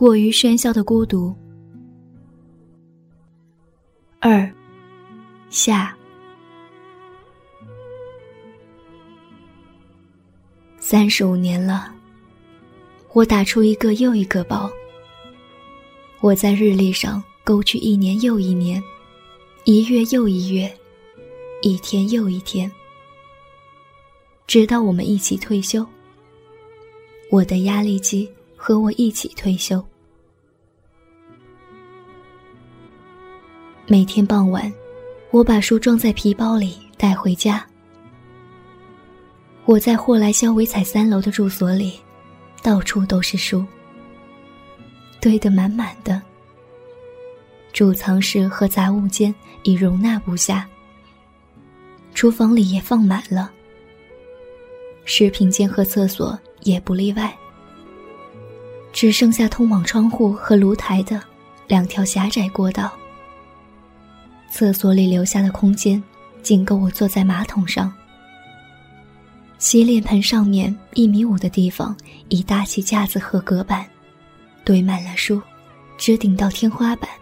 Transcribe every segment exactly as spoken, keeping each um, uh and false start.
过于喧嚣的孤独。二下。三十五年了，我打出一个又一个包。我在日历上勾去一年又一年，一月又一月，一天又一天，直到我们一起退休。我的压力机和我一起退休。每天傍晚，我把书装在皮包里带回家。我在霍来肖维采三楼的住所里，到处都是书，堆得满满的。储藏室和杂物间已容纳不下，厨房里也放满了，食品间和厕所也不例外，只剩下通往窗户和炉台的两条狭窄过道。厕所里留下的空间仅够我坐在马桶上。洗脸盆上面一米五的地方已搭起架子和隔板，堆满了书，直顶到天花板。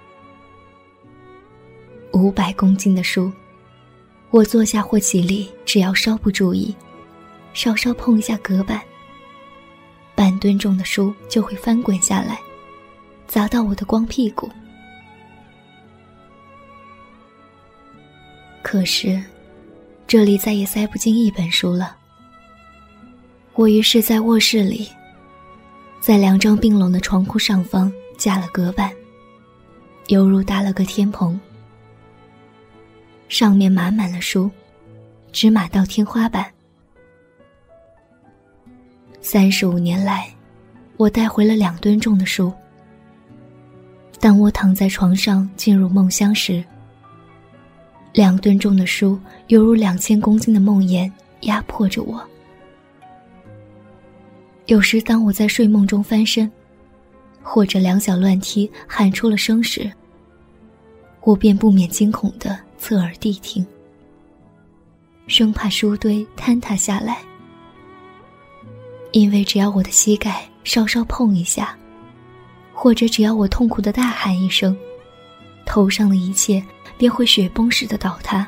五百公斤的书，我坐下或起立，只要稍不注意，稍稍碰一下隔板，半吨重的书就会翻滚下来，砸到我的光屁股。可是这里再也塞不进一本书了。我于是在卧室里，在两张并拢的床铺上方架了隔板，犹如搭了个天棚，上面码满了书，直码到天花板。三十五年来，我带回了两吨重的书。当我躺在床上进入梦乡时，两吨重的书犹如两千公斤的梦魇压迫着我。有时当我在睡梦中翻身，或者两脚乱踢喊出了声时，我便不免惊恐地侧耳谛听，生怕书堆坍塌下来。因为只要我的膝盖稍稍碰一下，或者只要我痛苦地大喊一声，头上的一切便会雪崩似的倒塌，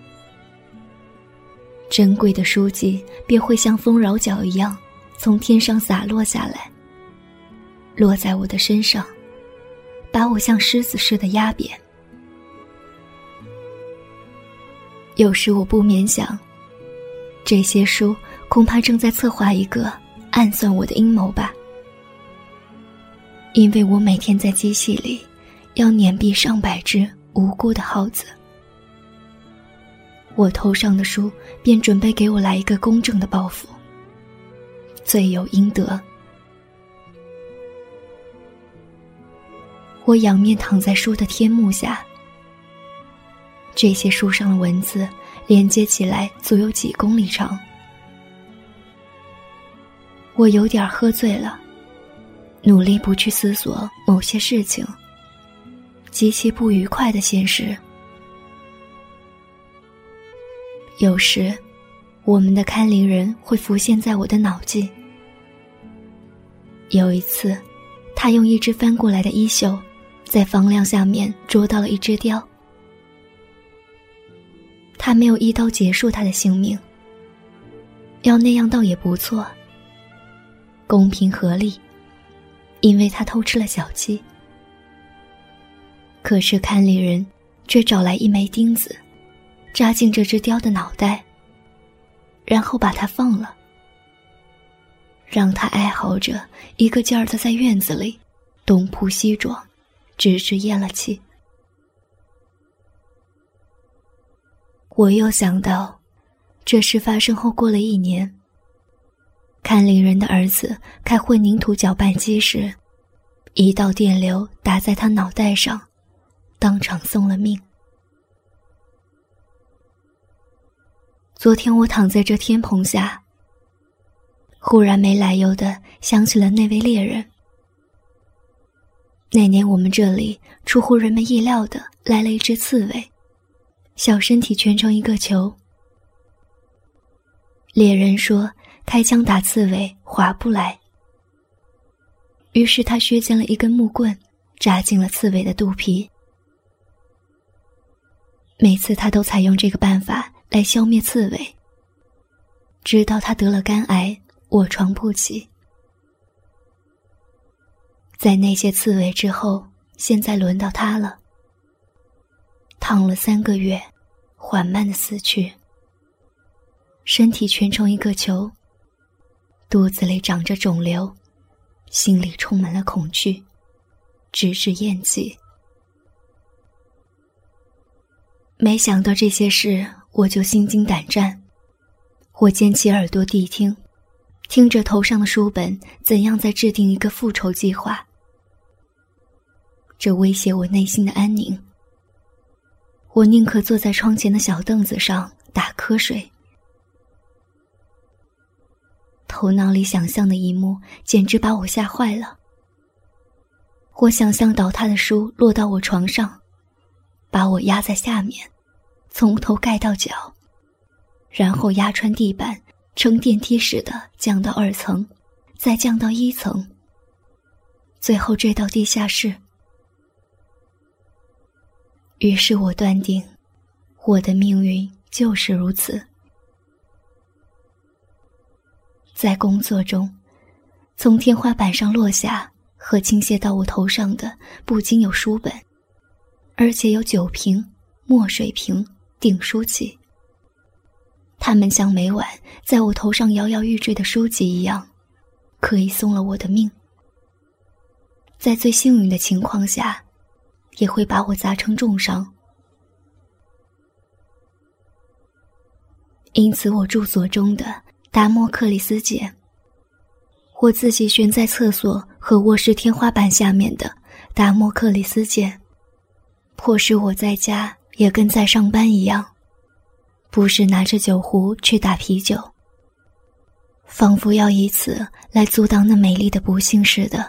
珍贵的书籍便会像风扰脚一样从天上洒落下来，落在我的身上，把我像狮子似的压扁。有时我不免想，这些书恐怕正在策划一个暗算我的阴谋吧，因为我每天在机器里要碾毙上百只无辜的耗子。我头上的书便准备给我来一个公正的报复，罪有应得。我仰面躺在书的天幕下，这些书上的文字连接起来足有几公里长。我有点喝醉了，努力不去思索某些事情，极其不愉快的现实。有时我们的看灵人会浮现在我的脑际。有一次，他用一只翻过来的衣袖在房梁下面捉到了一只雕。他没有一刀结束他的性命，要那样倒也不错，公平合理，因为他偷吃了小鸡。可是看灵人却找来一枚钉子，扎进这只雕的脑袋，然后把它放了，让它哀嚎着一个劲儿地在院子里东扑西撞，直至咽了气。我又想到，这事发生后过了一年，看灵人的儿子开混凝土搅拌机时，一道电流打在他脑袋上，当场送了命。昨天我躺在这天棚下，忽然没来由地想起了那位猎人。那年我们这里出乎人们意料的来了一只刺猬，小身体蜷成一个球。猎人说开枪打刺猬划不来， 于是他削尖了一根木棍，扎进了刺猬的肚皮。每次他都采用这个办法来消灭刺猬，直到他得了肝癌，卧床不起。在那些刺猬之后，现在轮到他了。躺了三个月，缓慢地死去，身体蜷成一个球，肚子里长着肿瘤，心里充满了恐惧，直至咽气。没想到这些事，我就心惊胆战。我尖起耳朵谛听，听着头上的书本怎样在制定一个复仇计划，这威胁我内心的安宁。我宁可坐在窗前的小凳子上打瞌睡。头脑里想象的一幕简直把我吓坏了。我想象倒塌的书落到我床上，把我压在下面，从头盖到脚，然后压穿地板，呈电梯似的降到二层，再降到一层，最后坠到地下室。于是我断定，我的命运就是如此。在工作中，从天花板上落下和倾泻到我头上的不仅有书本，而且有酒瓶、墨水瓶、订书器。它们像每晚在我头上摇摇欲坠的书籍一样，可以送了我的命。在最幸运的情况下，也会把我砸成重伤。因此我住所中的达摩克里斯剑，我自己悬在厕所和卧室天花板下面的达摩克里斯剑，迫使我在家也跟在上班一样，不是拿着酒壶去打啤酒，仿佛要以此来阻挡那美丽的不幸似的。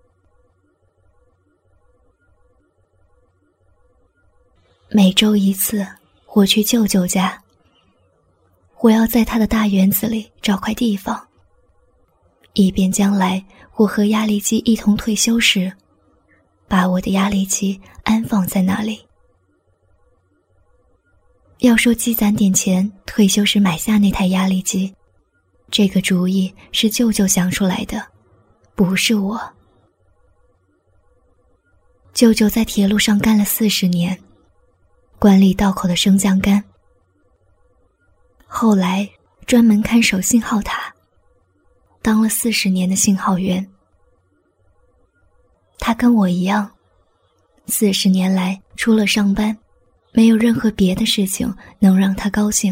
每周一次，我去舅舅家。我要在他的大园子里找块地方，以便将来我和压力机一同退休时，把我的压力机安放在那里。要说积攒点钱，退休时买下那台压力机，这个主意是舅舅想出来的，不是我。舅舅在铁路上干了四十年，管理道口的升降杆，后来专门看守信号塔，当了四十年的信号员。他跟我一样，四十年来除了上班，没有任何别的事情能让他高兴。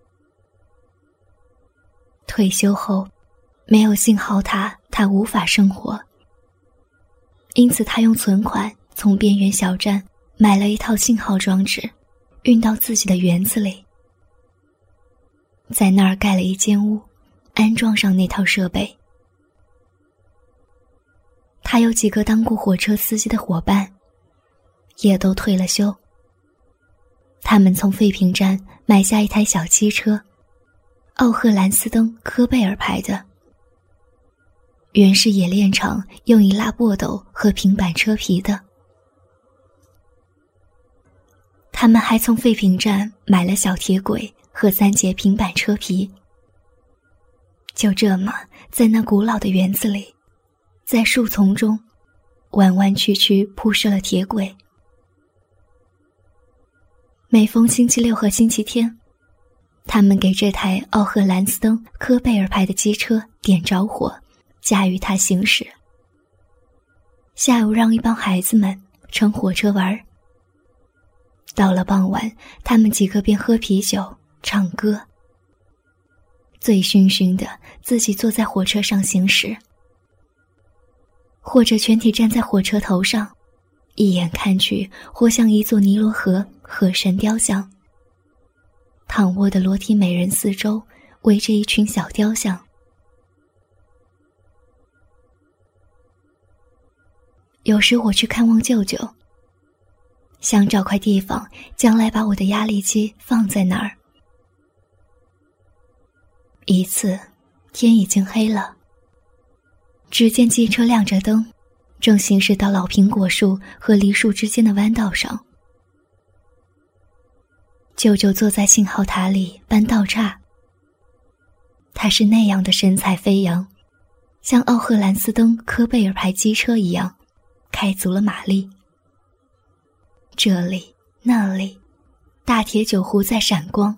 退休后，没有信号塔，他无法生活，因此他用存款从边缘小站买了一套信号装置，运到自己的园子里，在那儿盖了一间屋，安装上那套设备。他有几个当过火车司机的伙伴，也都退了休。他们从废品站买下一台小汽车，奥赫兰斯登科贝尔牌的，原是冶炼厂用以拉簸斗和平板车皮的。他们还从废品站买了小铁轨和三节平板车皮。就这么在那古老的园子里，在树丛中弯弯曲曲铺设了铁轨。每逢星期六和星期天，他们给这台奥赫兰斯登科贝尔牌的机车点着火，驾驭它行驶。下午让一帮孩子们乘火车玩。到了傍晚，他们几个便喝啤酒唱歌，醉醺醺的自己坐在火车上行驶，或者全体站在火车头上，一眼看去或像一座尼罗河河神雕像。躺卧的裸体美人四周围着一群小雕像。有时我去看望舅舅，想找块地方将来把我的压力机放在那儿。一次天已经黑了，只见机车亮着灯， 正行驶到老苹果树和梨树之间的弯道上。舅舅坐在信号塔里搬道岔，他是那样的神采飞扬，像奥赫兰斯登科贝尔牌机车一样，开足了马力。这里那里，大铁酒壶在闪光。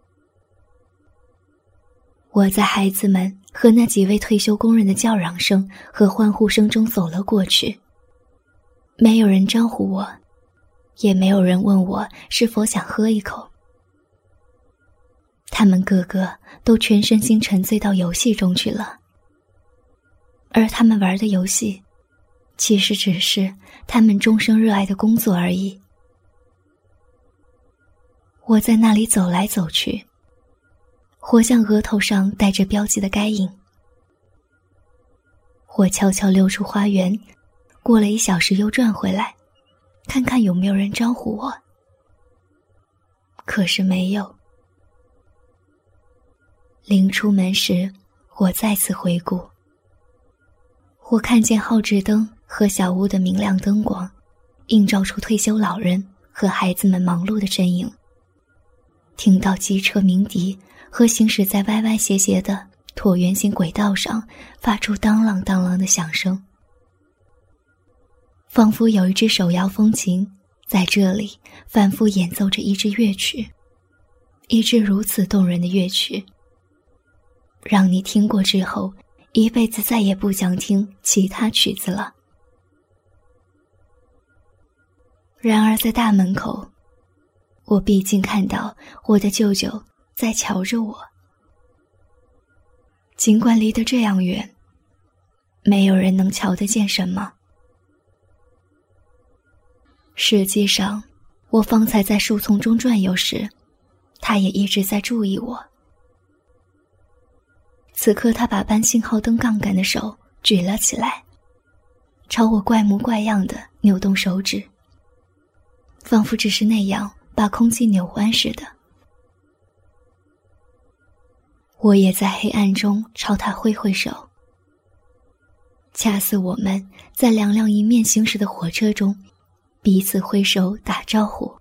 我在孩子们和那几位退休工人的叫嚷声和欢呼声中走了过去，没有人招呼我，也没有人问我是否想喝一口。他们个个都全身心沉醉到游戏中去了，而他们玩的游戏其实只是他们终生热爱的工作而已。我在那里走来走去，活像额头上带着标记的该隐。我悄悄溜出花园，过了一小时又转回来，看看有没有人招呼我。可是没有。临出门时，我再次回顾，我看见号志灯和小屋的明亮灯光映照出退休老人和孩子们忙碌的身影，听到机车鸣笛和行驶在歪歪斜斜的椭圆形轨道上发出当啷当啷的响声，仿佛有一只手摇风琴在这里反复演奏着一支乐曲，一支如此动人的乐曲，让你听过之后一辈子再也不想听其他曲子了。然而在大门口，我毕竟看到我的舅舅在瞧着我。尽管离得这样远，没有人能瞧得见什么。实际上，我方才在树丛中转悠时，他也一直在注意我。此刻他把搬信号灯杠杆的手举了起来，朝我怪模怪样的扭动手指，仿佛只是那样把空气扭弯似的。我也在黑暗中朝他挥挥手，恰似我们在两辆迎面行驶的火车中彼此挥手打招呼。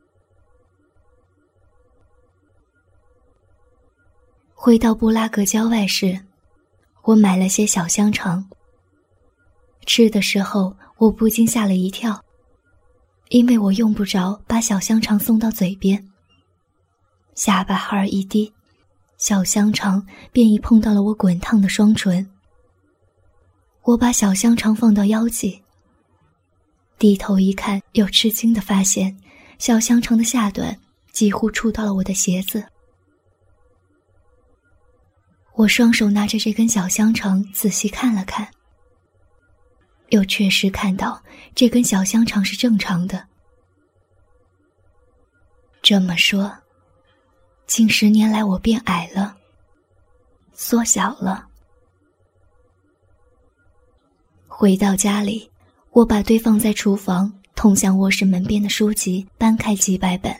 回到布拉格郊外时，我买了些小香肠。吃的时候我不禁吓了一跳，因为我用不着把小香肠送到嘴边，下巴哈儿一低，小香肠便已碰到了我滚烫的双唇。我把小香肠放到腰际，低头一看，又吃惊地发现小香肠的下端几乎触到了我的鞋子。我双手拿着这根小香肠仔细看了看，又确实看到这根小香肠是正常的。这么说，近十年来我变矮了，缩小了。回到家里，我把堆放在厨房通向卧室门边的书籍搬开几百本，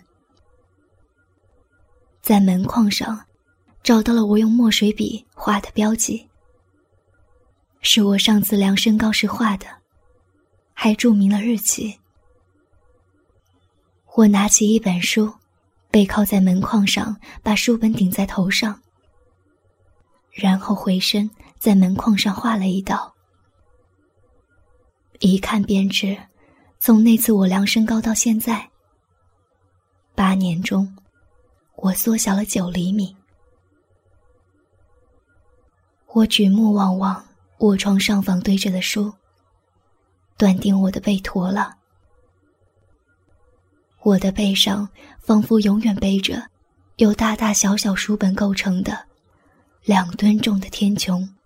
在门框上找到了我用墨水笔画的标记，是我上次量身高时画的，还注明了日期。我拿起一本书，背靠在门框上，把书本顶在头上，然后回身在门框上画了一道。一看便知，从那次我量身高到现在，八年中，我缩小了九厘米。我举目望望卧床上方堆着的书，断定我的背驼了。我的背上仿佛永远背着由大大小小书本构成的两吨重的天穹。